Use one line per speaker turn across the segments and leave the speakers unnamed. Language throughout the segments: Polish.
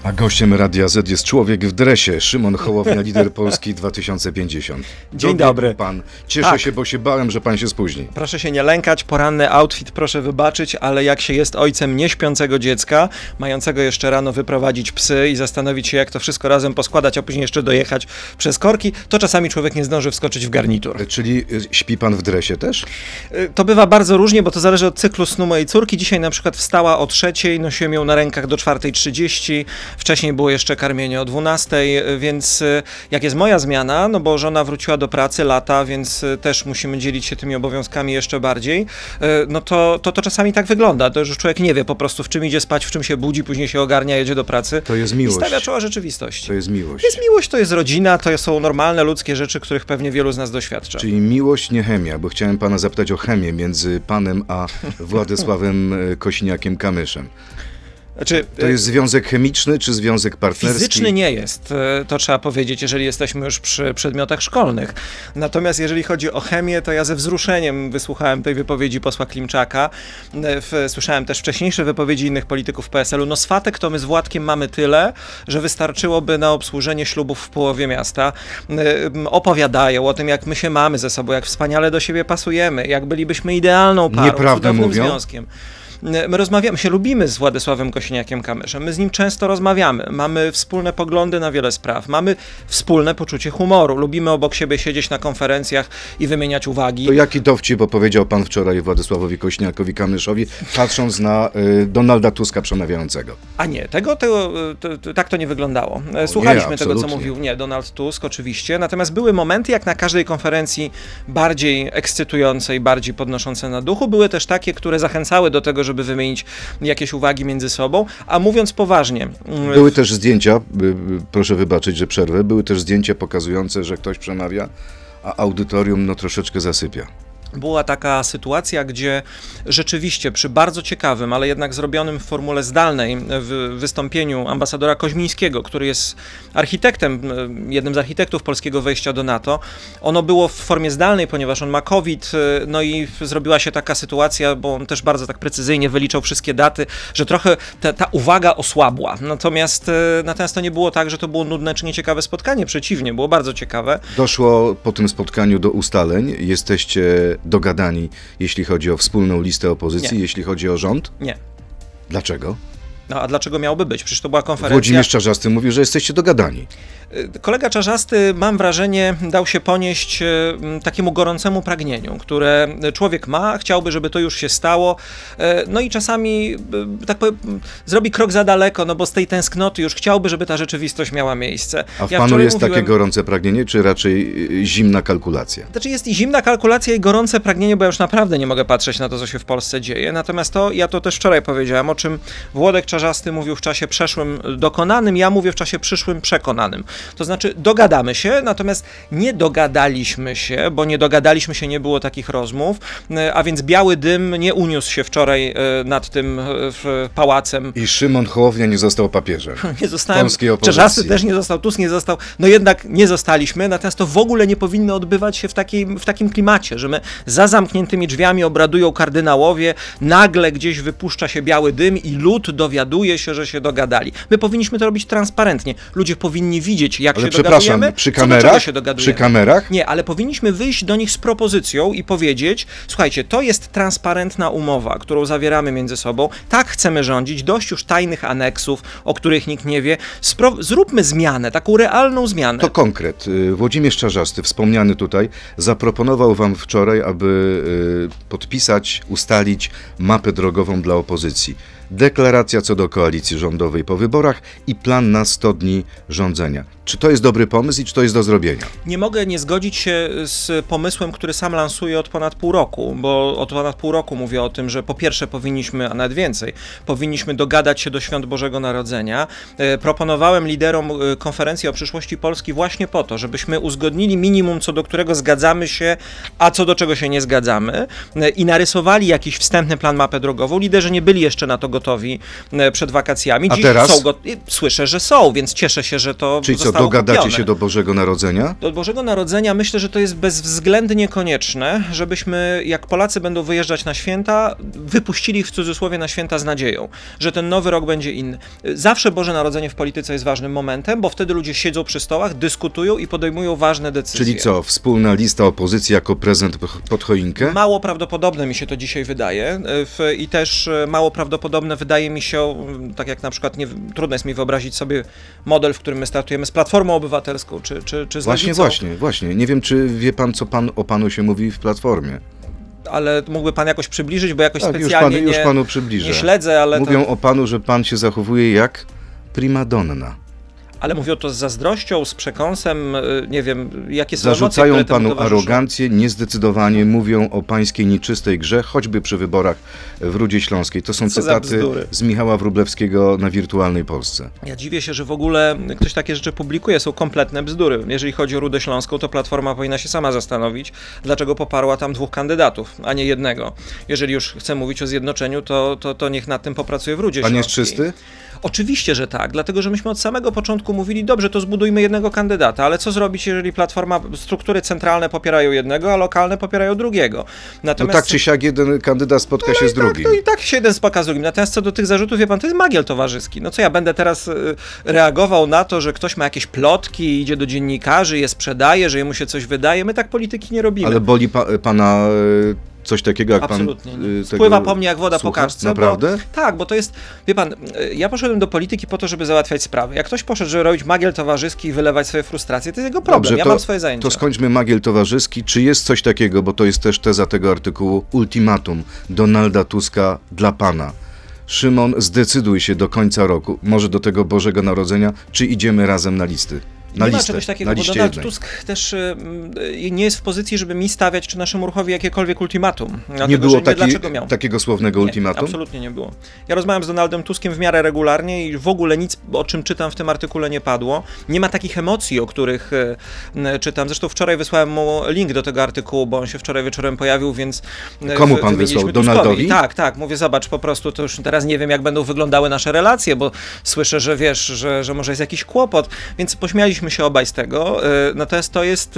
A gościem Radia Z jest człowiek w dresie, Szymon Hołownia, lider Polski 2050.
Dzień dobry.
Pan. Cieszę się, bo się bałem, że pan się spóźni.
Proszę się nie lękać, poranny outfit proszę wybaczyć, ale jak się jest ojcem nieśpiącego dziecka, mającego jeszcze rano wyprowadzić psy i zastanowić się, jak to wszystko razem poskładać, a później jeszcze dojechać przez korki, to czasami człowiek nie zdąży wskoczyć w garnitur.
Czyli śpi pan w dresie też?
To bywa bardzo różnie, bo to zależy od cyklu snu mojej córki. Dzisiaj na przykład wstała o 3:00, nosiłem ją na rękach do 4:30, wcześniej było jeszcze karmienie o 12:00, więc jak jest moja zmiana, no bo żona wróciła do pracy, lata, więc też musimy dzielić się tymi obowiązkami jeszcze bardziej, no to czasami tak wygląda, to już człowiek nie wie po prostu, w czym idzie spać, w czym się budzi, później się ogarnia, jedzie do pracy.
To jest miłość.
I stawia czoła rzeczywistości.
To jest miłość.
Jest miłość, to jest rodzina, to są normalne ludzkie rzeczy, których pewnie wielu z nas doświadcza.
Czyli miłość, nie chemia, bo chciałem pana zapytać o chemię między panem a Władysławem Kosiniakiem-Kamyszem.
Znaczy,
to jest związek chemiczny, czy związek partnerski?
Fizyczny nie jest, to trzeba powiedzieć, jeżeli jesteśmy już przy przedmiotach szkolnych. Natomiast jeżeli chodzi o chemię, to ja ze wzruszeniem wysłuchałem tej wypowiedzi posła Klimczaka. Słyszałem też wcześniejsze wypowiedzi innych polityków PSL-u. No swatek to my z Władkiem mamy tyle, że wystarczyłoby na obsłużenie ślubów w połowie miasta. Opowiadają o tym, jak my się mamy ze sobą, jak wspaniale do siebie pasujemy, jak bylibyśmy idealną parą, cudownym związkiem. My rozmawiamy, się lubimy z Władysławem Kosiniakiem-Kamyszem, my z nim często rozmawiamy, mamy wspólne poglądy na wiele spraw, mamy wspólne poczucie humoru, lubimy obok siebie siedzieć na konferencjach i wymieniać uwagi.
To jaki dowcip opowiedział pan wczoraj Władysławowi Kosiniakowi-Kamyszowi, patrząc na Donalda Tuska przemawiającego?
A nie, tak to nie wyglądało. Słuchaliśmy tego, co mówił Donald Tusk, oczywiście, natomiast były momenty, jak na każdej konferencji bardziej ekscytującej, bardziej podnoszące na duchu, były też takie, które zachęcały do tego, żeby wymienić jakieś uwagi między sobą, a mówiąc poważnie...
Były też zdjęcia, proszę wybaczyć, że przerwę, były też zdjęcia pokazujące, że ktoś przemawia, a audytorium troszeczkę zasypia.
Była taka sytuacja, gdzie rzeczywiście przy bardzo ciekawym, ale jednak zrobionym w formule zdalnej wystąpieniu ambasadora Koźmińskiego, który jest architektem, jednym z architektów polskiego wejścia do NATO, ono było w formie zdalnej, ponieważ on ma COVID, no i zrobiła się taka sytuacja, bo on też bardzo tak precyzyjnie wyliczał wszystkie daty, że trochę ta uwaga osłabła. Natomiast to nie było tak, że to było nudne czy nieciekawe spotkanie, przeciwnie, było bardzo ciekawe.
Doszło po tym spotkaniu do ustaleń, jesteście dogadani, jeśli chodzi o wspólną listę opozycji, jeśli chodzi o rząd?
Nie.
Dlaczego?
No a dlaczego miałoby być? Przecież to była konferencja...
Włodzimierz Czarzasty mówił, że jesteście dogadani.
Kolega Czarzasty, mam wrażenie, dał się ponieść takiemu gorącemu pragnieniu, które człowiek ma, chciałby, żeby to już się stało, no i czasami, tak powiem, zrobi krok za daleko, no bo z tej tęsknoty już chciałby, żeby ta rzeczywistość miała miejsce.
A w panu jest takie gorące pragnienie, czy raczej zimna kalkulacja?
Znaczy jest i zimna kalkulacja, i gorące pragnienie, bo ja już naprawdę nie mogę patrzeć na to, co się w Polsce dzieje, natomiast ja to też wczoraj powiedziałem, o czym Włodek Czarzasty mówił w czasie przeszłym dokonanym, ja mówię w czasie przyszłym przekonanym. To znaczy dogadamy się, natomiast nie dogadaliśmy się, bo nie dogadaliśmy się, nie było takich rozmów, a więc biały dym nie uniósł się wczoraj nad tym pałacem.
I Szymon Hołownia nie został papieżem.
Nie zostałem,
polskiej opozycji.
Czarzasty też nie został, Tusk nie został, no jednak nie zostaliśmy, natomiast to w ogóle nie powinno odbywać się w takim klimacie, że my za zamkniętymi drzwiami obradują kardynałowie, nagle gdzieś wypuszcza się biały dym i lud dowiaduje się, że się dogadali. My powinniśmy to robić transparentnie. Ludzie powinni widzieć, jak
ale
się dogadujemy,
przy kamerach?
Się dogadujemy.
Przy kamerach?
Nie, ale powinniśmy wyjść do nich z propozycją i powiedzieć, słuchajcie, to jest transparentna umowa, którą zawieramy między sobą, tak chcemy rządzić, dość już tajnych aneksów, o których nikt nie wie, zróbmy zmianę, taką realną zmianę.
To konkret. Włodzimierz Czarzasty, wspomniany tutaj, zaproponował wam wczoraj, aby podpisać, ustalić mapę drogową dla opozycji. Deklaracja co do koalicji rządowej po wyborach i plan na 100 dni rządzenia. Czy to jest dobry pomysł i czy to jest do zrobienia?
Nie mogę nie zgodzić się z pomysłem, który sam lansuję od ponad pół roku, bo od ponad pół roku mówię o tym, że po pierwsze powinniśmy, a nawet więcej, powinniśmy dogadać się do Świąt Bożego Narodzenia. Proponowałem liderom konferencji o przyszłości Polski właśnie po to, żebyśmy uzgodnili minimum, co do którego zgadzamy się, a co do czego się nie zgadzamy i narysowali jakiś wstępny plan, mapę drogową. Liderzy nie byli jeszcze na to gotowi przed wakacjami.
A teraz?
Słyszę, że są, więc cieszę się, że to
czyli
zostało zostało
dogadacie
kupione.
się do Bożego Narodzenia?
Do Bożego Narodzenia myślę, że to jest bezwzględnie konieczne, żebyśmy, jak Polacy będą wyjeżdżać na święta, wypuścili ich w cudzysłowie na święta z nadzieją, że ten nowy rok będzie inny. Zawsze Boże Narodzenie w polityce jest ważnym momentem, bo wtedy ludzie siedzą przy stołach, dyskutują i podejmują ważne decyzje.
Czyli co, wspólna lista opozycji jako prezent pod choinkę?
Mało prawdopodobne mi się to dzisiaj wydaje i też mało prawdopodobne wydaje mi się, tak jak na przykład trudno jest mi wyobrazić sobie model, w którym my startujemy z Platformą Obywatelską, czy z Lewicą.
Właśnie. Nie wiem, czy wie pan, co o panu się mówi w Platformie.
Ale mógłby pan jakoś przybliżyć, bo jakoś
Tak,
specjalnie
już panu przybliżę.
nie śledzę, ale
Mówią o panu, że pan się zachowuje jak primadonna.
Ale mówią to z zazdrością, z przekąsem, nie wiem, jakie są
Zarzucają
emocje, które temu
panu
towarzyszą.
arogancję, niezdecydowanie mówią o pańskiej nieczystej grze, choćby przy wyborach w Rudzie Śląskiej. To są
Co za
cytaty
bzdury.
z Michała Wróblewskiego na Wirtualnej Polsce.
Ja dziwię się, że w ogóle ktoś takie rzeczy publikuje, są kompletne bzdury. Jeżeli chodzi o Rudę Śląską, to Platforma powinna się sama zastanowić, dlaczego poparła tam 2 kandydatów, a nie jednego. Jeżeli już chce mówić o zjednoczeniu, to niech nad tym popracuje w Rudzie
Pan
Śląskiej.
jest czysty?
Oczywiście, że tak, dlatego że myśmy od samego początku mówili, dobrze, to zbudujmy jednego kandydata, ale co zrobić, jeżeli Platforma, struktury centralne popierają jednego, a lokalne popierają drugiego. Natomiast
No tak czy siak jeden kandydat spotka się z drugim.
No i tak się jeden spotka z drugim. Natomiast co do tych zarzutów, wie pan, to jest magiel towarzyski. No co ja będę teraz reagował na to, że ktoś ma jakieś plotki, idzie do dziennikarzy, je sprzedaje, że jemu się coś wydaje. My tak polityki nie robimy.
Ale boli pana coś takiego, jak
Absolutnie
pan...
nie. Spływa po mnie jak woda po kaczce.
Naprawdę?
Tak, bo to jest, wie pan, ja poszedłem do polityki po to, żeby załatwiać sprawy. Jak ktoś poszedł, żeby robić magiel towarzyski i wylewać swoje frustracje, to jest jego problem.
Dobrze,
Ja mam swoje zajęcia.
To skończmy magiel towarzyski. Czy jest coś takiego, bo to jest też teza tego artykułu, ultimatum Donalda Tuska dla pana? Szymon, zdecyduj się do końca roku, może do tego Bożego Narodzenia, czy idziemy razem na listy?
Nie ma czegoś takiego, bo Donald
jednej.
Tusk też nie jest w pozycji, żeby mi stawiać czy naszemu ruchowi jakiekolwiek ultimatum. Dlatego,
Nie było
dlaczego miał.
takiego słownego ultimatum?
Absolutnie nie było. Ja rozmawiam z Donaldem Tuskiem w miarę regularnie i w ogóle nic, o czym czytam w tym artykule, nie padło. Nie ma takich emocji, o których czytam. Zresztą wczoraj wysłałem mu link do tego artykułu, bo on się wczoraj wieczorem pojawił, więc...
Komu pan wysłał? Donaldowi?
Tak. Mówię, zobacz, po prostu to już teraz nie wiem, jak będą wyglądały nasze relacje, bo słyszę, że wiesz, że może jest jakiś kłopot, więc pośmialiśmy się obaj z tego. Natomiast to jest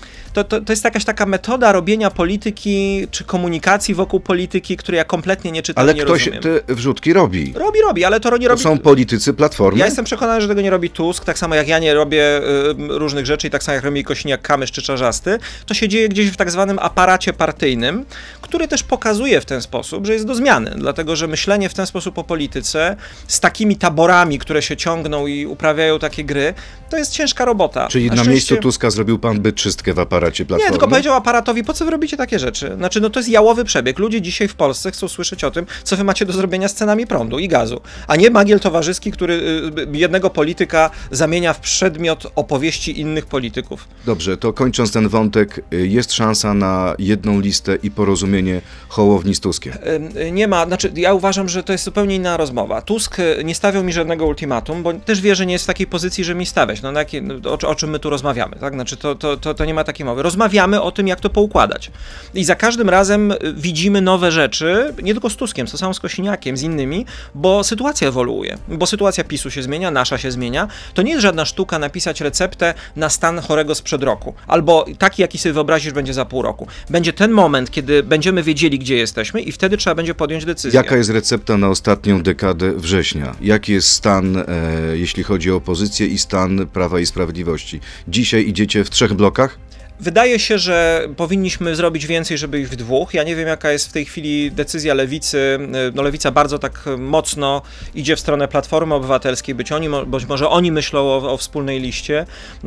jakaś taka metoda robienia polityki, czy komunikacji wokół polityki, której ja kompletnie nie czytam i nie rozumiem.
Ale ktoś te wrzutki robi.
Robi, ale to nie robi...
To są politycy Platformy?
Ja jestem przekonany, że tego nie robi Tusk, tak samo jak ja nie robię różnych rzeczy i tak samo jak robi Kosiniak-Kamysz czy Czarzasty. To się dzieje gdzieś w tak zwanym aparacie partyjnym, który też pokazuje w ten sposób, że jest do zmiany, dlatego że myślenie w ten sposób o polityce z takimi taborami, które się ciągną i uprawiają takie gry, to jest ciężka robota.
Czyli na miejscu Tuska zrobił pan czystkę w aparacie Platformy?
Nie, tylko powiedział aparatowi, po co wy robicie takie rzeczy? Znaczy, no to jest jałowy przebieg. Ludzie dzisiaj w Polsce chcą słyszeć o tym, co wy macie do zrobienia z cenami prądu i gazu, a nie magiel towarzyski, który jednego polityka zamienia w przedmiot opowieści innych polityków.
Dobrze, to kończąc ten wątek, jest szansa na jedną listę i porozumienie Hołowni z Tuskiem?
Nie ma, znaczy ja uważam, że to jest zupełnie inna rozmowa. Tusk nie stawiał mi żadnego ultimatum, bo też wie, że nie jest w takiej pozycji, że mi stawiać. No, o czym my tu rozmawiamy, tak? Znaczy to nie ma takiej mowy. Rozmawiamy o tym, jak to poukładać. I za każdym razem widzimy nowe rzeczy, nie tylko z Tuskiem, to samo z Kosiniakiem, z innymi, bo sytuacja ewoluuje, bo sytuacja PiS-u się zmienia, nasza się zmienia. To nie jest żadna sztuka napisać receptę na stan chorego sprzed roku, albo taki, jaki sobie wyobrazisz, będzie za pół roku. Będzie ten moment, kiedy będziemy wiedzieli, gdzie jesteśmy i wtedy trzeba będzie podjąć decyzję.
Jaka jest recepta na ostatnią dekadę września? Jaki jest stan, jeśli chodzi o opozycję i stan Prawa i Sprawiedliwości? Dzisiaj idziecie w 3 blokach?
Wydaje się, że powinniśmy zrobić więcej, żeby ich w 2. Ja nie wiem, jaka jest w tej chwili decyzja Lewicy. No Lewica bardzo tak mocno idzie w stronę Platformy Obywatelskiej, być może oni myślą o wspólnej liście.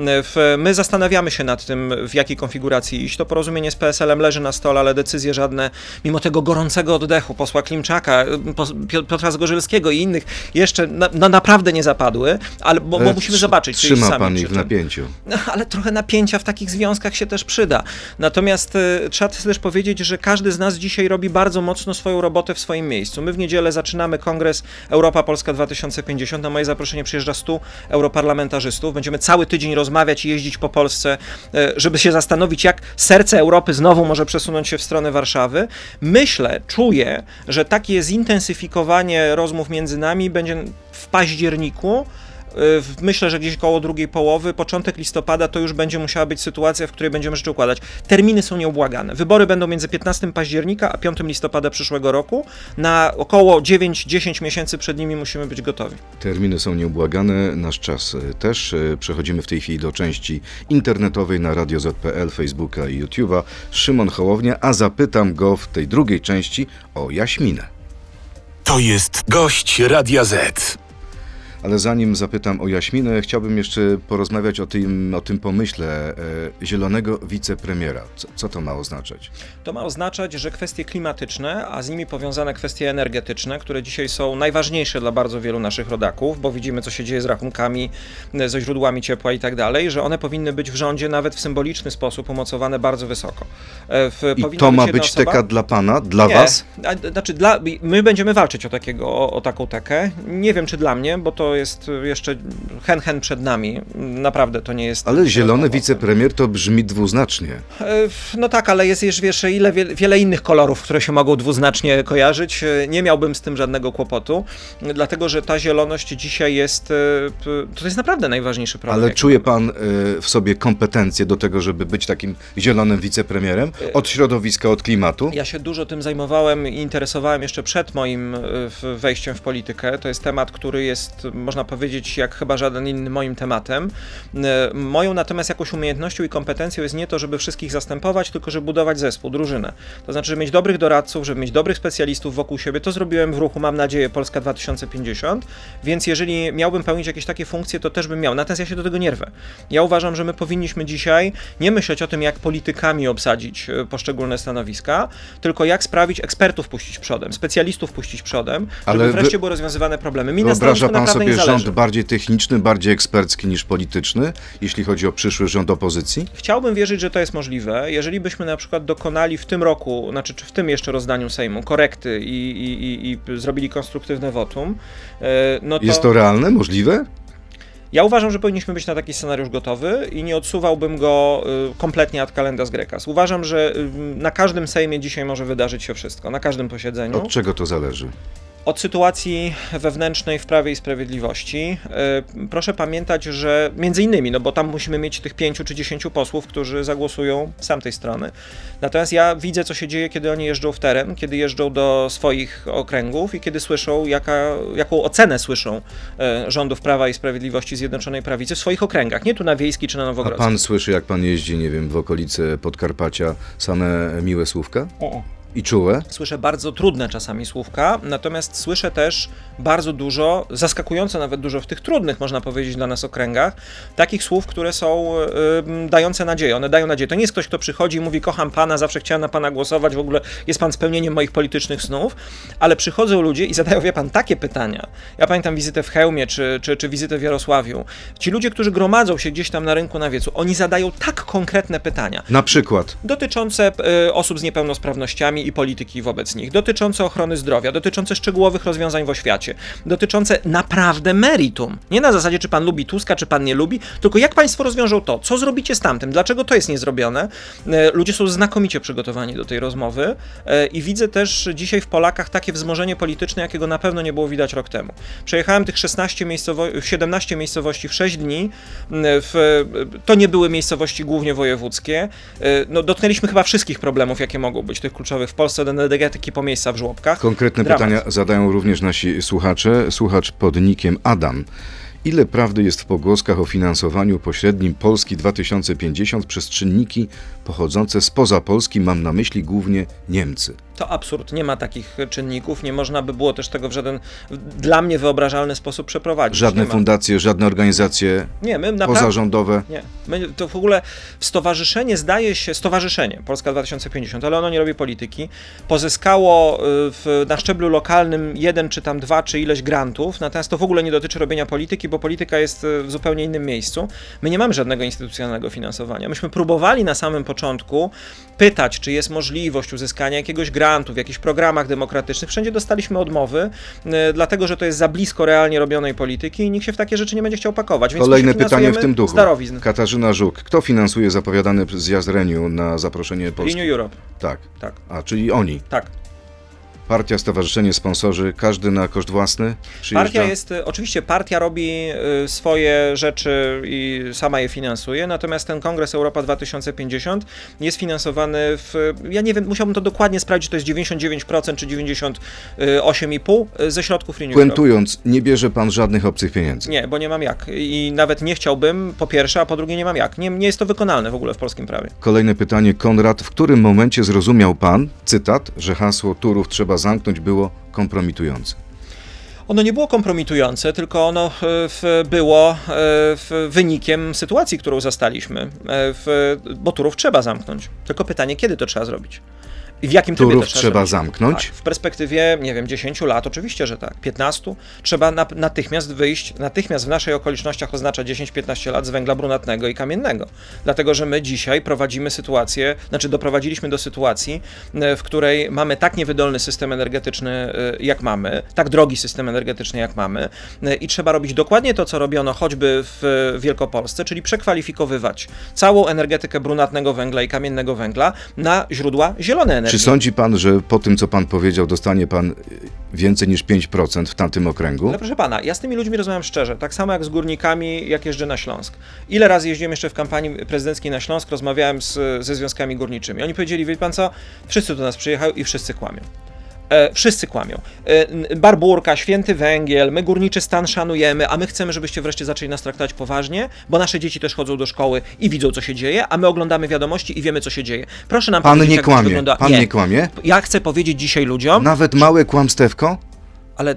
My zastanawiamy się nad tym, w jakiej konfiguracji iść. To porozumienie z PSL-em leży na stole, ale decyzje żadne, mimo tego gorącego oddechu posła Klimczaka, Piotra Zgorzelskiego i innych, jeszcze naprawdę nie zapadły, bo musimy zobaczyć, czy
trzyma
sami
pan ich w napięciu.
No, ale trochę napięcia w takich związkach się też przyda. Natomiast trzeba też powiedzieć, że każdy z nas dzisiaj robi bardzo mocno swoją robotę w swoim miejscu. My w niedzielę zaczynamy kongres Europa Polska 2050. Na moje zaproszenie przyjeżdża 100 europarlamentarzystów. Będziemy cały tydzień rozmawiać i jeździć po Polsce, żeby się zastanowić, jak serce Europy znowu może przesunąć się w stronę Warszawy. Czuję, że takie zintensyfikowanie rozmów między nami będzie w październiku, myślę, że gdzieś koło drugiej połowy, początek listopada to już będzie musiała być sytuacja, w której będziemy rzeczy układać. Terminy są nieubłagane. Wybory będą między 15 października a 5 listopada przyszłego roku. Na około 9-10 miesięcy przed nimi musimy być gotowi.
Terminy są nieubłagane, nasz czas też. Przechodzimy w tej chwili do części internetowej na Radio Z.pl, Facebooka i YouTube'a. Szymon Hołownia, a zapytam go w tej drugiej części o Jaśminę.
To jest gość Radia Z.
Ale zanim zapytam o Jaśminę, chciałbym jeszcze porozmawiać o tym pomyśle zielonego wicepremiera. Co to ma oznaczać?
To ma oznaczać, że kwestie klimatyczne, a z nimi powiązane kwestie energetyczne, które dzisiaj są najważniejsze dla bardzo wielu naszych rodaków, bo widzimy, co się dzieje z rachunkami, ze źródłami ciepła i tak dalej, że one powinny być w rządzie nawet w symboliczny sposób umocowane bardzo wysoko.
I to ma być teka dla pana, dla was?
Znaczy, my będziemy walczyć o taką tekę. Nie wiem, czy dla mnie, bo to jest jeszcze hen przed nami. Naprawdę to nie jest...
Ale zielony wicepremier to brzmi dwuznacznie.
No tak, ale jest jeszcze wiele innych kolorów, które się mogą dwuznacznie kojarzyć. Nie miałbym z tym żadnego kłopotu, dlatego że ta zieloność dzisiaj to jest naprawdę najważniejszy problem.
Ale czuje pan w sobie kompetencje do tego, żeby być takim zielonym wicepremierem? Od środowiska, od klimatu?
Ja się dużo tym zajmowałem i interesowałem jeszcze przed moim wejściem w politykę. To jest temat, który jest, można powiedzieć, jak chyba żaden inny moim tematem. Moją natomiast jakąś umiejętnością i kompetencją jest nie to, żeby wszystkich zastępować, tylko żeby budować zespół, drużynę. To znaczy, żeby mieć dobrych doradców, żeby mieć dobrych specjalistów wokół siebie. To zrobiłem w ruchu, mam nadzieję, Polska 2050, więc jeżeli miałbym pełnić jakieś takie funkcje, to też bym miał. Natomiast ja się do tego nie rwę. Ja uważam, że my powinniśmy dzisiaj nie myśleć o tym, jak politykami obsadzić poszczególne stanowiska, tylko jak sprawić ekspertów puścić przodem, specjalistów puścić przodem, żeby wreszcie były rozwiązywane problemy.
Wyobraża pan sobie rząd bardziej techniczny, bardziej ekspercki niż polityczny, jeśli chodzi o przyszły rząd opozycji?
Chciałbym wierzyć, że to jest możliwe. Jeżeli byśmy na przykład dokonali w tym roku, znaczy w tym jeszcze rozdaniu Sejmu, korekty i zrobili konstruktywne wotum, no to...
Jest to realne? Możliwe?
Ja uważam, że powinniśmy być na taki scenariusz gotowy i nie odsuwałbym go kompletnie ad calendas grecas. Uważam, że na każdym Sejmie dzisiaj może wydarzyć się wszystko, na każdym posiedzeniu.
Od czego to zależy?
Od sytuacji wewnętrznej w Prawie i Sprawiedliwości. Proszę pamiętać, że między innymi, no bo tam musimy mieć tych 5 czy 10 posłów, którzy zagłosują z tamtej strony. Natomiast ja widzę, co się dzieje, kiedy oni jeżdżą w teren, kiedy jeżdżą do swoich okręgów i kiedy słyszą, jaką ocenę słyszą rządów Prawa i Sprawiedliwości Zjednoczonej Prawicy w swoich okręgach, nie tu na Wiejski czy na Nowogrodzkiej.
A pan słyszy, jak pan jeździ, nie wiem, w okolice Podkarpacia, same miłe słówka? I czułe?
Słyszę bardzo trudne czasami słówka, natomiast słyszę też bardzo dużo, zaskakująco nawet dużo w tych trudnych, można powiedzieć, dla nas okręgach, takich słów, które są dające nadzieję. One dają nadzieję. To nie jest ktoś, kto przychodzi i mówi: kocham pana, zawsze chciałem na pana głosować, w ogóle jest pan spełnieniem moich politycznych snów, ale przychodzą ludzie i zadają, wie pan, takie pytania. Ja pamiętam wizytę w Chełmie czy wizytę w Jarosławiu. Ci ludzie, którzy gromadzą się gdzieś tam na rynku na wiecu, oni zadają tak konkretne pytania.
Na przykład?
Dotyczące osób z niepełnosprawnościami i polityki wobec nich, dotyczące ochrony zdrowia, dotyczące szczegółowych rozwiązań w oświacie, dotyczące naprawdę meritum. Nie na zasadzie, czy pan lubi Tuska, czy pan nie lubi, tylko jak państwo rozwiążą to, co zrobicie z tamtym, dlaczego to jest niezrobione. Ludzie są znakomicie przygotowani do tej rozmowy i widzę też dzisiaj w Polakach takie wzmożenie polityczne, jakiego na pewno nie było widać rok temu. Przejechałem tych 17 miejscowości w 6 dni, to nie były miejscowości głównie wojewódzkie. No, dotknęliśmy chyba wszystkich problemów, jakie mogą być tych kluczowych w Polsce, od energetyki po miejsca w żłobkach.
Konkretne pytania zadają również nasi słuchacze. Słuchacz pod nickiem Adam. Ile prawdy jest w pogłoskach o finansowaniu pośrednim Polski 2050 przez czynniki pochodzące spoza Polski? Mam na myśli głównie Niemcy.
To absurd. Nie ma takich czynników. Nie można by było też tego w żaden, dla mnie, wyobrażalny sposób przeprowadzić.
Żadne fundacje, żadne organizacje pozarządowe?
Nie. To w ogóle Stowarzyszenie Polska 2050, ale ono nie robi polityki, pozyskało na szczeblu lokalnym 1 czy tam 2 czy ileś grantów, natomiast to w ogóle nie dotyczy robienia polityki, bo polityka jest w zupełnie innym miejscu. My nie mamy żadnego instytucjonalnego finansowania. Myśmy próbowali na samym początku pytać, czy jest możliwość uzyskania jakiegoś grantu w jakichś programach demokratycznych. Wszędzie dostaliśmy odmowy, dlatego że to jest za blisko realnie robionej polityki i nikt się w takie rzeczy nie będzie chciał pakować. Więc
kolejne pytanie w tym duchu.
Z darowizn.
Katarzyna Żuk. Kto finansuje zapowiadany zjazd Renew na zaproszenie Polski?
Renew Europe.
Tak.
Tak.
A, czyli oni.
Tak.
Partia, stowarzyszenie, sponsorzy, każdy na koszt własny przyjeżdża?
Oczywiście partia robi swoje rzeczy i sama je finansuje, natomiast ten Kongres Europa 2050 jest finansowany ja nie wiem, musiałbym to dokładnie sprawdzić, to jest 99% czy 98,5% ze środków Renew Europe.
Puentując, nie bierze pan żadnych obcych pieniędzy?
Nie, bo nie mam jak. I nawet nie chciałbym, po pierwsze, a po drugie nie mam jak. Nie jest to wykonalne w ogóle w polskim prawie.
Kolejne pytanie, Konrad. W którym momencie zrozumiał pan, cytat, że hasło Turów trzeba zamknąć było kompromitujące?
Ono nie było kompromitujące, tylko ono było wynikiem sytuacji, którą zastaliśmy. Bo Turów trzeba zamknąć. Tylko pytanie, kiedy to trzeba zrobić? I w jakim trybie
Turów
to
trzeba zamknąć?
Tak, w perspektywie, nie wiem, 10 lat, oczywiście, że tak, 15, trzeba natychmiast wyjść, natychmiast w naszych okolicznościach oznacza 10-15 lat z węgla brunatnego i kamiennego. Dlatego, że my dzisiaj prowadzimy sytuację, doprowadziliśmy do sytuacji, w której mamy tak niewydolny system energetyczny, jak mamy, tak drogi system energetyczny, jak mamy i trzeba robić dokładnie to, co robiono choćby w Wielkopolsce, czyli przekwalifikowywać całą energetykę brunatnego węgla i kamiennego węgla na źródła zielone energii.
Czy sądzi pan, że po tym, co pan powiedział, dostanie pan więcej niż 5% w tamtym okręgu?
Ale proszę pana, ja z tymi ludźmi rozmawiam szczerze, tak samo jak z górnikami, jak jeżdżę na Śląsk. Ile razy jeździłem jeszcze w kampanii prezydenckiej na Śląsk, rozmawiałem ze związkami górniczymi. Oni powiedzieli, wie pan co, wszyscy do nas przyjechają i wszyscy kłamią. Wszyscy kłamią. Barbórka, święty węgiel, my górniczy stan szanujemy, a my chcemy, żebyście wreszcie zaczęli nas traktować poważnie, bo nasze dzieci też chodzą do szkoły i widzą, co się dzieje, a my oglądamy wiadomości i wiemy, co się dzieje. Proszę nam
Pan
powiedzieć,
nie
jak to
kłamie.
wygląda.
Pan nie kłamie?
Ja chcę powiedzieć dzisiaj ludziom...
Nawet małe kłamstewko?
Ale...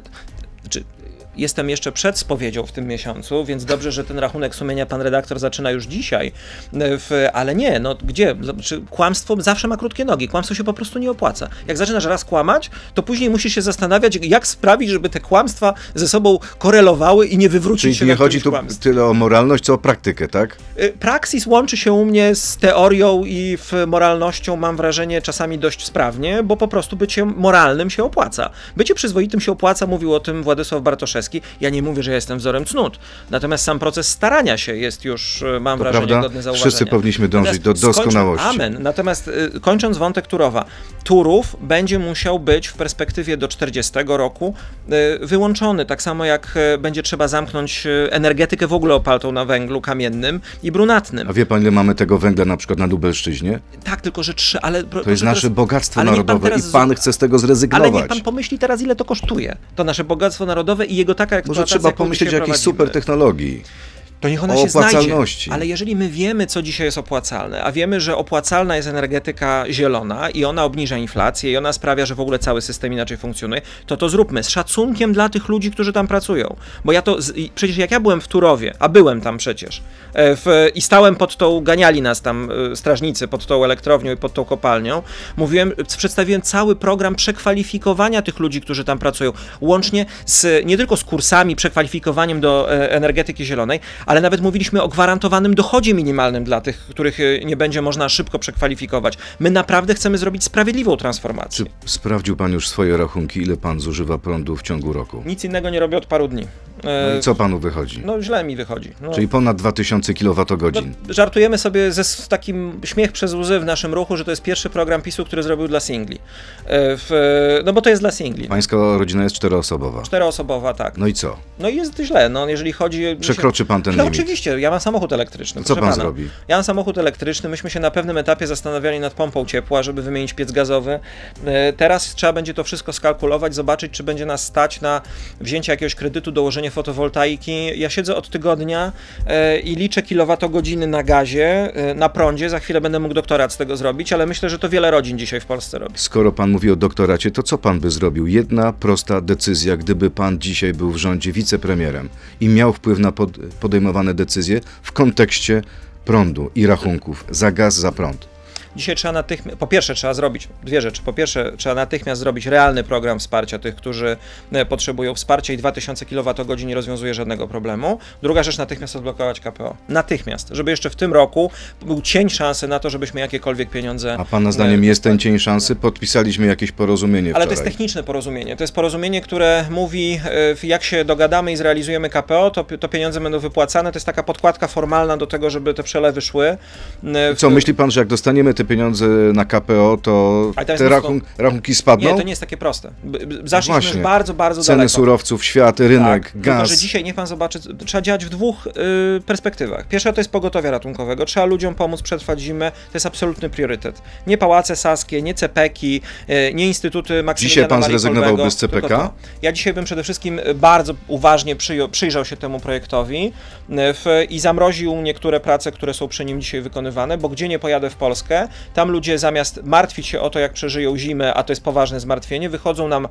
Jestem jeszcze przed spowiedzią w tym miesiącu, więc dobrze, że ten rachunek sumienia pan redaktor zaczyna już dzisiaj. Ale nie, no gdzie? Kłamstwo zawsze ma krótkie nogi. Kłamstwo się po prostu nie opłaca. Jak zaczynasz raz kłamać, to później musisz się zastanawiać, jak sprawić, żeby te kłamstwa ze sobą korelowały i nie wywrócić
Czyli
się
nie
na
chodzi tu
kłamstw.
tyle o moralność, co o praktykę, tak?
Praksis łączy się u mnie z teorią i moralnością, mam wrażenie, czasami dość sprawnie, bo po prostu bycie moralnym się opłaca. Bycie przyzwoitym się opłaca, mówił o tym Władysław Bartoszewski. Ja nie mówię, że ja jestem wzorem cnót, natomiast sam proces starania się jest już, mam wrażenie, godny zauważenia.
Wszyscy powinniśmy dążyć do doskonałości.
Amen. Natomiast kończąc wątek Turowa, Turów będzie musiał być w perspektywie do 40 roku wyłączony, tak samo jak będzie trzeba zamknąć energetykę w ogóle opartą na węglu kamiennym i brunatnym.
A wie pan, ile mamy tego węgla na przykład na Lubelszczyźnie?
Tak, tylko że ale
to jest nasze bogactwo
ale
narodowe i pan chce z tego zrezygnować.
Ale niech pan pomyśli teraz, ile to kosztuje. To nasze bogactwo narodowe i jego taka eksploatacja.
Może trzeba pomyśleć o jakiejś super technologii.
To niech ona się znajdzie, ale jeżeli my wiemy, co dzisiaj jest opłacalne, a wiemy, że opłacalna jest energetyka zielona i ona obniża inflację i ona sprawia, że w ogóle cały system inaczej funkcjonuje, to zróbmy z szacunkiem dla tych ludzi, którzy tam pracują. Bo przecież jak ja byłem w Turowie, a byłem tam przecież i stałem ganiali nas tam strażnicy pod tą elektrownią i pod tą kopalnią, przedstawiłem cały program przekwalifikowania tych ludzi, którzy tam pracują, łącznie nie tylko z kursami, przekwalifikowaniem do energetyki zielonej, ale nawet mówiliśmy o gwarantowanym dochodzie minimalnym dla tych, których nie będzie można szybko przekwalifikować. My naprawdę chcemy zrobić sprawiedliwą transformację.
Czy sprawdził pan już swoje rachunki, ile pan zużywa prądu w ciągu roku?
Nic innego nie robię od paru dni.
No i co panu wychodzi?
No źle mi wychodzi.
Czyli ponad 2000 kWh.
No, żartujemy sobie takim śmiech przez łzy w naszym ruchu, że to jest pierwszy program PiS-u, który zrobił dla singli. No bo to jest dla singli.
Pańska rodzina jest czteroosobowa.
Czteroosobowa, tak.
No i co?
No i jest źle, jeżeli chodzi...
Przekroczy pan ten limit?
Oczywiście, ja mam samochód elektryczny.
Co pan zrobi?
Ja mam samochód elektryczny, myśmy się na pewnym etapie zastanawiali nad pompą ciepła, żeby wymienić piec gazowy. Teraz trzeba będzie to wszystko skalkulować, zobaczyć, czy będzie nas stać na wzięcie jakiegoś kredytu, dołożenie fotowoltaiki. Ja siedzę od tygodnia i liczę kilowatogodziny na gazie, na prądzie. Za chwilę będę mógł doktorat z tego zrobić, ale myślę, że to wiele rodzin dzisiaj w Polsce robi.
Skoro pan mówi o doktoracie, to co pan by zrobił? Jedna prosta decyzja, gdyby pan dzisiaj był w rządzie wicepremierem i miał wpływ na podejmowane decyzje w kontekście prądu i rachunków za gaz, za prąd.
Dzisiaj trzeba po pierwsze trzeba zrobić dwie rzeczy. Po pierwsze trzeba natychmiast zrobić realny program wsparcia tych, którzy potrzebują wsparcia i 2000 kWh nie rozwiązuje żadnego problemu. Druga rzecz, natychmiast odblokować KPO. Natychmiast, żeby jeszcze w tym roku był cień szansy na to, żebyśmy jakiekolwiek pieniądze...
A pana zdaniem jest ten cień szansy? Podpisaliśmy jakieś porozumienie wczoraj.
Ale to jest techniczne porozumienie. To jest porozumienie, które mówi, jak się dogadamy i zrealizujemy KPO, to pieniądze będą wypłacane. To jest taka podkładka formalna do tego, żeby te przelewy szły.
Co, myśli pan, że jak dostaniemy te pieniądze na KPO, to
Ale teraz
te
mocno-
rachunki spadną?
Nie, to nie jest takie proste. Zaszliśmy
Właśnie.
już bardzo, bardzo
Ceny
daleko.
surowców, świat, rynek,
Tak,
gaz.
tylko że dzisiaj, niech pan zobaczy, trzeba działać w dwóch perspektywach. Pierwsza to jest pogotowia ratunkowego. Trzeba ludziom pomóc przetrwać zimę. To jest absolutny priorytet. Nie pałace saskie, nie CPK-i, nie instytuty Maksymiliana
Dzisiaj pan
Marii
zrezygnowałby
Kolbego,
z CPK?
tylko to. Ja dzisiaj bym przede wszystkim bardzo uważnie przyjrzał się temu projektowi i zamroził niektóre prace, które są przy nim dzisiaj wykonywane, bo gdzie nie pojadę w Polskę, tam ludzie zamiast martwić się o to, jak przeżyją zimę, a to jest poważne zmartwienie, wychodzą nam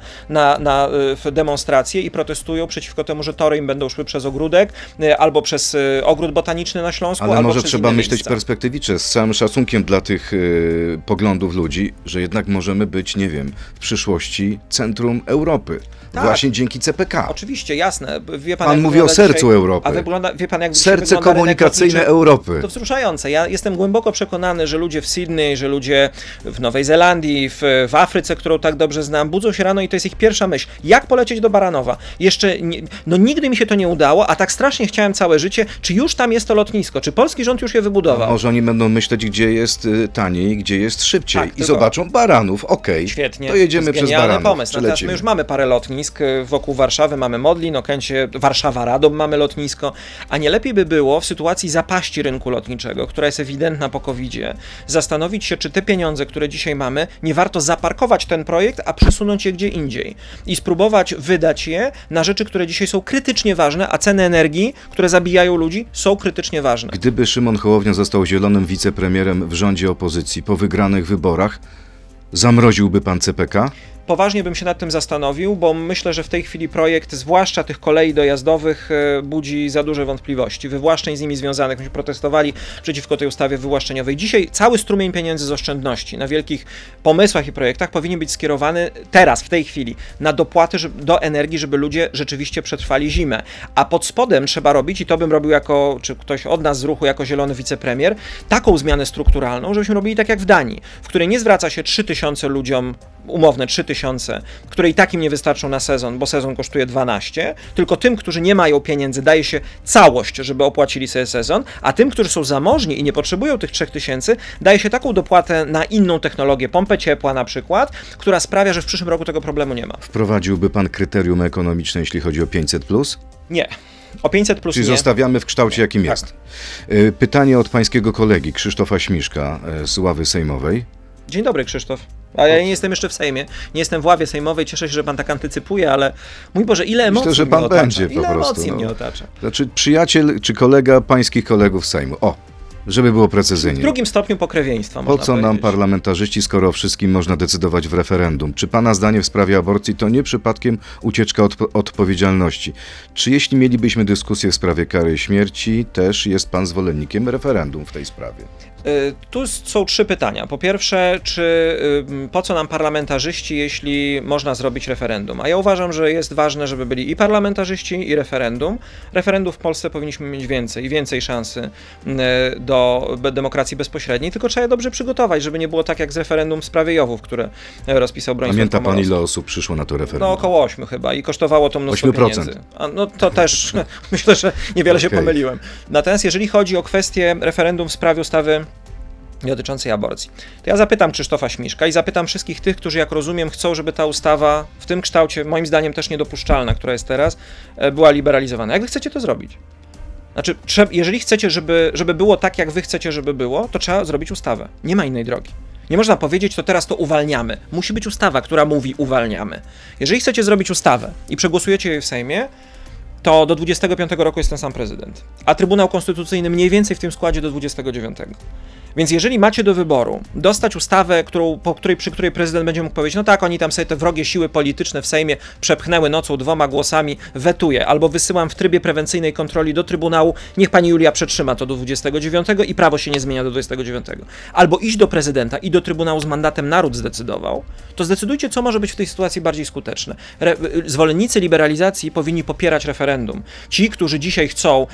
w demonstracje i protestują przeciwko temu, że tory im będą szły przez ogródek, albo przez ogród botaniczny na Śląsku,
Ale
albo
może
przez
trzeba
inne
myśleć
miejsca.
perspektywicznie, z całym szacunkiem dla tych poglądów ludzi, że jednak możemy być, nie wiem, w przyszłości centrum Europy.
Tak.
Właśnie dzięki CPK.
Oczywiście, jasne. Wie pan,
Pan
jak
mówi o
wygląda
sercu
dzisiaj,
Europy.
Wie pan, jak dzisiaj
Serce
wygląda rynek
komunikacyjne
lotniczy?
Europy.
To wzruszające. Ja jestem głęboko przekonany, że ludzie w Sydney, że ludzie w Nowej Zelandii, w Afryce, którą tak dobrze znam, budzą się rano i to jest ich pierwsza myśl. Jak polecieć do Baranowa? Jeszcze, nigdy mi się to nie udało, a tak strasznie chciałem całe życie. Czy już tam jest to lotnisko? Czy polski rząd już je wybudował?
Może oni będą myśleć, gdzie jest taniej, gdzie jest szybciej.
Tak,
I
tylko-
zobaczą Baranów, okej.
Świetnie.
To jedziemy
jest
przez
genialny
Baranów.
pomysł. Natomiast
Przelecimy.
my już mamy parę lotnisk wokół Warszawy, mamy Modlin, Okęcie, Warszawa, Radom mamy lotnisko, a nie lepiej by było w sytuacji zapaści rynku lotniczego, która jest ewidentna po COVID-zie, zastanowić się, czy te pieniądze, które dzisiaj mamy, nie warto zaparkować ten projekt, a przesunąć je gdzie indziej i spróbować wydać je na rzeczy, które dzisiaj są krytycznie ważne, a ceny energii, które zabijają ludzi, są krytycznie ważne.
Gdyby Szymon Hołownia został zielonym wicepremierem w rządzie opozycji po wygranych wyborach, zamroziłby pan CPK?
Poważnie bym się nad tym zastanowił, bo myślę, że w tej chwili projekt, zwłaszcza tych kolei dojazdowych, budzi za duże wątpliwości. Wywłaszczeń z nimi związanych, myśmy protestowali przeciwko tej ustawie wywłaszczeniowej. Dzisiaj cały strumień pieniędzy z oszczędności na wielkich pomysłach i projektach powinien być skierowany teraz, w tej chwili, na dopłaty do energii, żeby ludzie rzeczywiście przetrwali zimę. A pod spodem trzeba robić, i to bym robił czy ktoś od nas z ruchu, jako zielony wicepremier, taką zmianę strukturalną, żebyśmy robili tak jak w Danii, w której nie zwraca się 3000 ludziom, umowne 3000, które i takim nie wystarczą na sezon, bo sezon kosztuje 12, tylko tym, którzy nie mają pieniędzy, daje się całość, żeby opłacili sobie sezon, a tym, którzy są zamożni i nie potrzebują tych 3000, daje się taką dopłatę na inną technologię, pompę ciepła na przykład, która sprawia, że w przyszłym roku tego problemu nie ma.
Wprowadziłby pan kryterium ekonomiczne, jeśli chodzi o 500+?
Nie. O 500 plus
Czyli
nie.
zostawiamy w kształcie, jakim
Tak.
jest. Pytanie od pańskiego kolegi Krzysztofa Śmiszka z ławy sejmowej.
Dzień dobry, Krzysztof. A ja nie jestem jeszcze w Sejmie, nie jestem w ławie sejmowej, cieszę się, że pan tak antycypuje, ale mój Boże, ile emocji
Myślę, że
mnie
pan
otacza.
będzie po
Ile
prostu,
emocji
no.
mnie otacza.
Znaczy przyjaciel czy kolega pańskich kolegów z Sejmu. O, żeby było
W
precyzyjnie.
drugim stopniu pokrewieństwa,
Po
można
co nam
powiedzieć.
parlamentarzyści, skoro o wszystkim można decydować w referendum? Czy pana zdanie w sprawie aborcji to nie przypadkiem ucieczka od odpowiedzialności? Czy jeśli mielibyśmy dyskusję w sprawie kary śmierci, też jest pan zwolennikiem referendum w tej sprawie?
Tu są trzy pytania. Po pierwsze, po co nam parlamentarzyści, jeśli można zrobić referendum? A ja uważam, że jest ważne, żeby byli i parlamentarzyści, i referendum. Referendów w Polsce powinniśmy mieć więcej szansy do demokracji bezpośredniej, tylko trzeba je dobrze przygotować, żeby nie było tak jak z referendum w sprawie JOW-ów, które rozpisał Bronisław
Pamięta pan,
Komorowski.
ile osób przyszło na to referendum?
No około 8 chyba i kosztowało to mnóstwo
8%.
pieniędzy. No to też myślę, że niewiele się
Okej.
pomyliłem. Natomiast jeżeli chodzi o kwestię referendum w sprawie ustawy dotyczącej aborcji, to ja zapytam Krzysztofa Śmiszka i zapytam wszystkich tych, którzy, jak rozumiem, chcą, żeby ta ustawa w tym kształcie, moim zdaniem też niedopuszczalna, która jest teraz, była liberalizowana. Jak wy chcecie to zrobić? Znaczy, jeżeli chcecie, żeby było tak, jak wy chcecie, żeby było, to trzeba zrobić ustawę. Nie ma innej drogi. Nie można powiedzieć, to teraz to uwalniamy. Musi być ustawa, która mówi uwalniamy. Jeżeli chcecie zrobić ustawę i przegłosujecie jej w Sejmie, to do 25 roku jest ten sam prezydent. A Trybunał Konstytucyjny mniej więcej w tym składzie do 29. Więc jeżeli macie do wyboru dostać ustawę, przy której prezydent będzie mógł powiedzieć, no tak, oni tam sobie te wrogie siły polityczne w Sejmie przepchnęły nocą 2 głosami, wetuję, albo wysyłam w trybie prewencyjnej kontroli do Trybunału, niech pani Julia przetrzyma to do 29 i prawo się nie zmienia do 29. Albo iść do prezydenta i do Trybunału z mandatem naród zdecydował, to zdecydujcie, co może być w tej sytuacji bardziej skuteczne. Zwolennicy liberalizacji powinni popierać referendum referendum. Ci, którzy dzisiaj chcą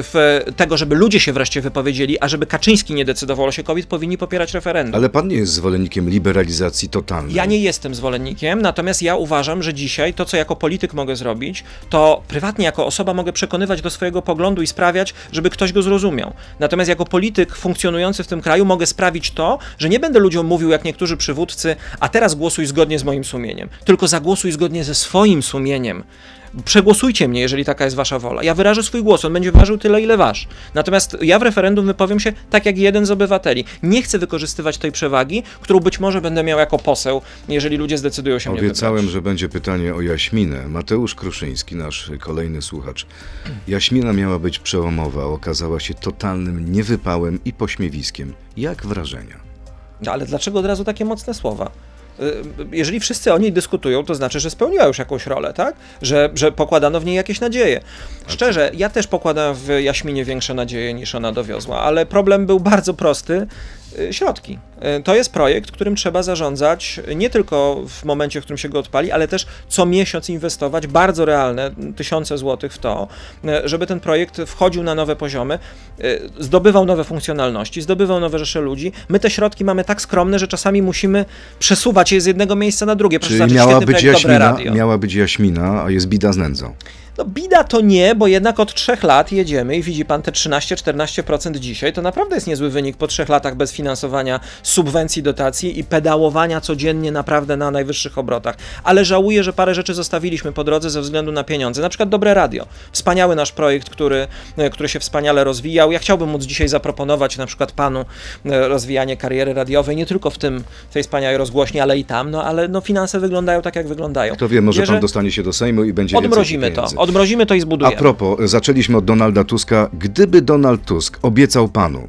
tego, żeby ludzie się wreszcie wypowiedzieli, a żeby Kaczyński nie decydował o losie kobiet, powinni popierać referendum.
Ale pan nie jest zwolennikiem liberalizacji totalnej.
Ja nie jestem zwolennikiem, natomiast ja uważam, że dzisiaj to, co jako polityk mogę zrobić, to prywatnie jako osoba mogę przekonywać do swojego poglądu i sprawiać, żeby ktoś go zrozumiał. Natomiast jako polityk funkcjonujący w tym kraju mogę sprawić to, że nie będę ludziom mówił, jak niektórzy przywódcy, a teraz głosuj zgodnie z moim sumieniem, tylko zagłosuj zgodnie ze swoim sumieniem. Przegłosujcie mnie, jeżeli taka jest wasza wola. Ja wyrażę swój głos, on będzie ważył tyle, ile wasz. Natomiast ja w referendum wypowiem się tak jak jeden z obywateli. Nie chcę wykorzystywać tej przewagi, którą być może będę miał jako poseł, jeżeli ludzie zdecydują się mnie wybrać.
Obiecałem, że będzie pytanie o Jaśminę. Mateusz Kruszyński, nasz kolejny słuchacz. Jaśmina miała być przełomowa, okazała się totalnym niewypałem i pośmiewiskiem. Jak wrażenia?
Ale dlaczego od razu takie mocne słowa? Jeżeli wszyscy o niej dyskutują, to znaczy, że spełniła już jakąś rolę, tak? Że pokładano w niej jakieś nadzieje. Szczerze, ja też pokładam w Jaśminie większe nadzieje niż ona dowiozła, ale problem był bardzo prosty. Środki. To jest projekt, którym trzeba zarządzać nie tylko w momencie, w którym się go odpali, ale też co miesiąc inwestować bardzo realne tysiące złotych w to, żeby ten projekt wchodził na nowe poziomy, zdobywał nowe funkcjonalności, zdobywał nowe rzesze ludzi. My te środki mamy tak skromne, że czasami musimy przesuwać je z jednego miejsca na drugie. Proszę
Czyli
zobaczyć,
miała być Jaśmina, a jest bida z nędzą.
No bida to nie, bo jednak od 3 lat jedziemy i widzi pan te 13-14% dzisiaj, to naprawdę jest niezły wynik po 3 latach bez finansowania subwencji, dotacji i pedałowania codziennie naprawdę na najwyższych obrotach. Ale żałuję, że parę rzeczy zostawiliśmy po drodze ze względu na pieniądze. Na przykład Dobre Radio. Wspaniały nasz projekt, który się wspaniale rozwijał. Ja chciałbym móc dzisiaj zaproponować na przykład panu rozwijanie kariery radiowej, nie tylko w tej wspaniałej rozgłośni, ale i tam, ale finanse wyglądają tak, jak wyglądają.
Kto wie, może pan dostanie się do Sejmu i będzie
odmrozimy to. Odmrozimy to i zbudujemy.
A propos, zaczęliśmy od Donalda Tuska. Gdyby Donald Tusk obiecał panu,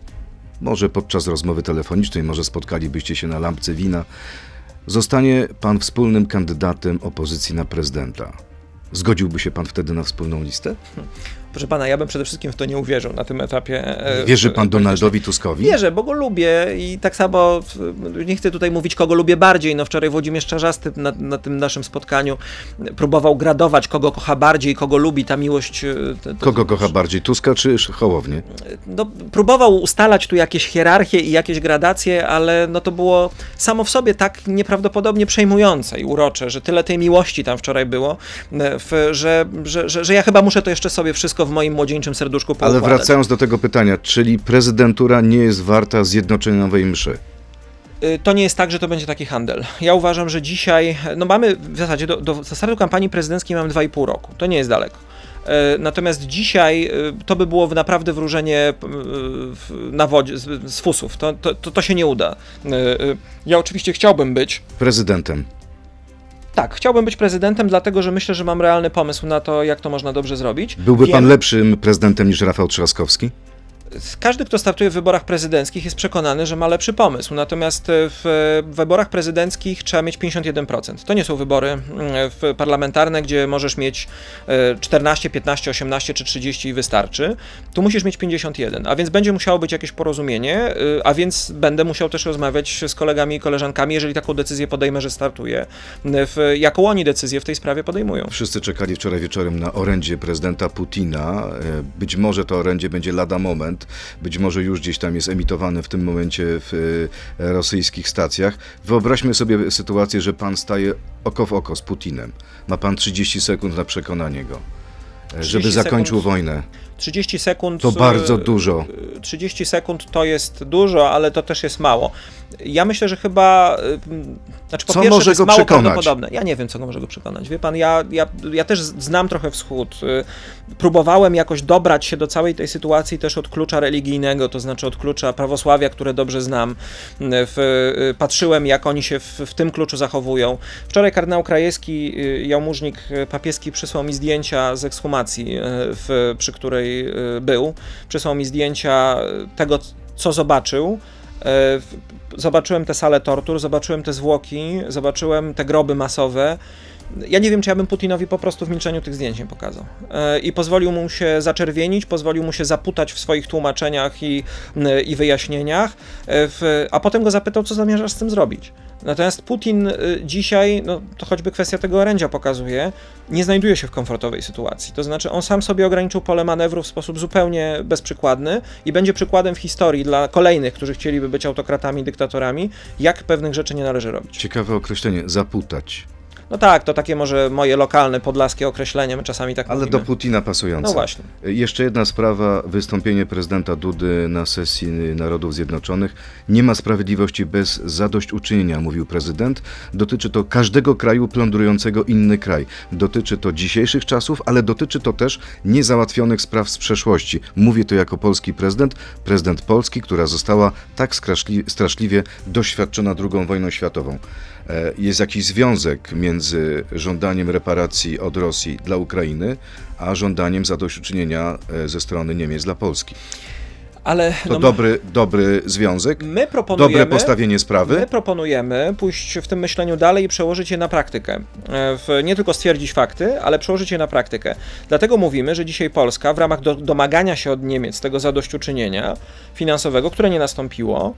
może podczas rozmowy telefonicznej, może spotkalibyście się na lampce wina, zostanie pan wspólnym kandydatem opozycji na prezydenta. Zgodziłby się pan wtedy na wspólną listę?
Proszę pana, ja bym przede wszystkim w to nie uwierzył na tym etapie.
Wierzy pan Donaldowi Tuskowi?
Wierzę, bo go lubię i tak samo, nie chcę tutaj mówić, kogo lubię bardziej. Wczoraj Włodzimierz Czarzasty na tym naszym spotkaniu próbował gradować, kogo kocha bardziej, kogo lubi, ta miłość...
Kogo kocha bardziej, Tuska czy Hołownię?
Próbował ustalać tu jakieś hierarchie i jakieś gradacje, ale to było samo w sobie tak nieprawdopodobnie przejmujące i urocze, że tyle tej miłości tam wczoraj było, że ja chyba muszę to jeszcze sobie wszystko w moim młodzieńczym serduszku poukładać.
Ale wracając do tego pytania, czyli prezydentura nie jest warta zjednoczeniowej mszy?
To nie jest tak, że to będzie taki handel. Ja uważam, że dzisiaj, mamy w zasadzie do startu kampanii prezydenckiej mamy 2,5 roku. To nie jest daleko. Natomiast dzisiaj to by było naprawdę wróżenie na wodzie, z fusów. To się nie uda. Ja oczywiście chciałbym być
prezydentem.
Tak, chciałbym być prezydentem, dlatego że myślę, że mam realny pomysł na to, jak to można dobrze zrobić.
Byłby pan lepszym prezydentem niż Rafał Trzaskowski?
Każdy, kto startuje w wyborach prezydenckich, jest przekonany, że ma lepszy pomysł. Natomiast w wyborach prezydenckich trzeba mieć 51%. To nie są wybory parlamentarne, gdzie możesz mieć 14, 15, 18 czy 30 i wystarczy. Tu musisz mieć 51, a więc będzie musiało być jakieś porozumienie, a więc będę musiał też rozmawiać z kolegami i koleżankami, jeżeli taką decyzję podejmę, że startuję, jaką oni decyzję w tej sprawie podejmują.
Wszyscy czekali wczoraj wieczorem na orędzie prezydenta Putina. Być może to orędzie będzie lada moment. Być może już gdzieś tam jest emitowane w tym momencie w rosyjskich stacjach. Wyobraźmy sobie sytuację, że pan staje oko w oko z Putinem. Ma pan 30 sekund na przekonanie go, żeby zakończył wojnę.
30 sekund...
To bardzo dużo.
30 sekund to jest dużo, ale to też jest mało. Ja myślę, że chyba... po
co
pierwsze,
może
to jest
go
mało
przekonać?
prawdopodobne. Ja nie wiem, co go może go przekonać. Wie pan, ja też znam trochę Wschód. Próbowałem jakoś dobrać się do całej tej sytuacji też od klucza religijnego, to znaczy od klucza prawosławia, które dobrze znam. Patrzyłem, jak oni się w tym kluczu zachowują. Wczoraj kardynał Krajewski, jałmużnik papieski, przysłał mi zdjęcia z ekshumacji, przy której był. Przysłał mi zdjęcia tego, co zobaczył. Zobaczyłem tę salę tortur, zobaczyłem te zwłoki, zobaczyłem te groby masowe Ja nie wiem, czy ja bym Putinowi po prostu w milczeniu tych zdjęć nie pokazał. I pozwolił mu się zaczerwienić, pozwolił mu się zaputać w swoich tłumaczeniach i wyjaśnieniach, a potem go zapytał, co zamierzasz z tym zrobić. Natomiast Putin dzisiaj, no to choćby kwestia tego orędzia pokazuje, nie znajduje się w komfortowej sytuacji. To znaczy on sam sobie ograniczył pole manewru w sposób zupełnie bezprzykładny i będzie przykładem w historii dla kolejnych, którzy chcieliby być autokratami, dyktatorami, jak pewnych rzeczy nie należy robić.
Ciekawe określenie, zaputać.
No tak, to takie może moje lokalne, podlaskie określenie, my czasami tak
Ale
mówimy.
do Putina pasujące.
No właśnie.
Jeszcze jedna sprawa, wystąpienie prezydenta Dudy na sesji Narodów Zjednoczonych. Nie ma sprawiedliwości bez zadośćuczynienia, mówił prezydent. Dotyczy to każdego kraju plądrującego inny kraj. Dotyczy to dzisiejszych czasów, ale dotyczy to też niezałatwionych spraw z przeszłości. Mówię to jako polski prezydent Polski, która została tak straszliwie doświadczona II wojną światową. Jest jakiś związek między żądaniem reparacji od Rosji dla Ukrainy, a żądaniem zadośćuczynienia ze strony Niemiec dla Polski.
Ale
To dobry związek, dobre postawienie sprawy.
My proponujemy pójść w tym myśleniu dalej i przełożyć je na praktykę. Nie tylko stwierdzić fakty, ale przełożyć je na praktykę. Dlatego mówimy, że dzisiaj Polska w ramach domagania się od Niemiec tego zadośćuczynienia finansowego, które nie nastąpiło,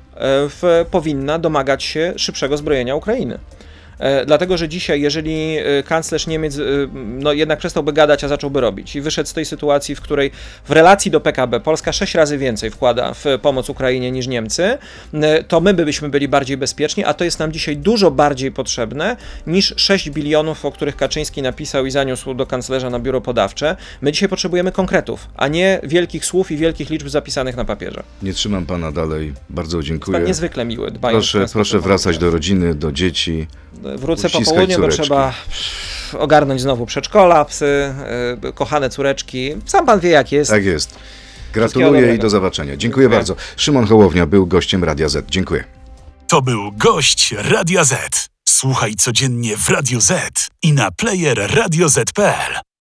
powinna domagać się szybszego zbrojenia Ukrainy. Dlatego, że dzisiaj, jeżeli kanclerz Niemiec jednak przestałby gadać, a zacząłby robić i wyszedł z tej sytuacji, w której w relacji do PKB Polska 6 razy więcej wkłada w pomoc Ukrainie niż Niemcy, to my byśmy byli bardziej bezpieczni, a to jest nam dzisiaj dużo bardziej potrzebne niż 6 bilionów, o których Kaczyński napisał i zaniósł do kanclerza na biuro podawcze. My dzisiaj potrzebujemy konkretów, a nie wielkich słów i wielkich liczb zapisanych na papierze.
Nie trzymam pana dalej. Bardzo dziękuję.
Jest pan niezwykle miły, dbając
Proszę wracać do rodziny, do dzieci.
Wrócę po południu, bo trzeba ogarnąć znowu przedszkola, psy, kochane córeczki. Sam pan wie, jak jest.
Tak jest. Gratuluję i do zobaczenia. Dziękuję bardzo. Szymon Hołownia był gościem Radia Z. Dziękuję.
To był gość Radia Z. Słuchaj codziennie w Radio Z i na player radioz.pl.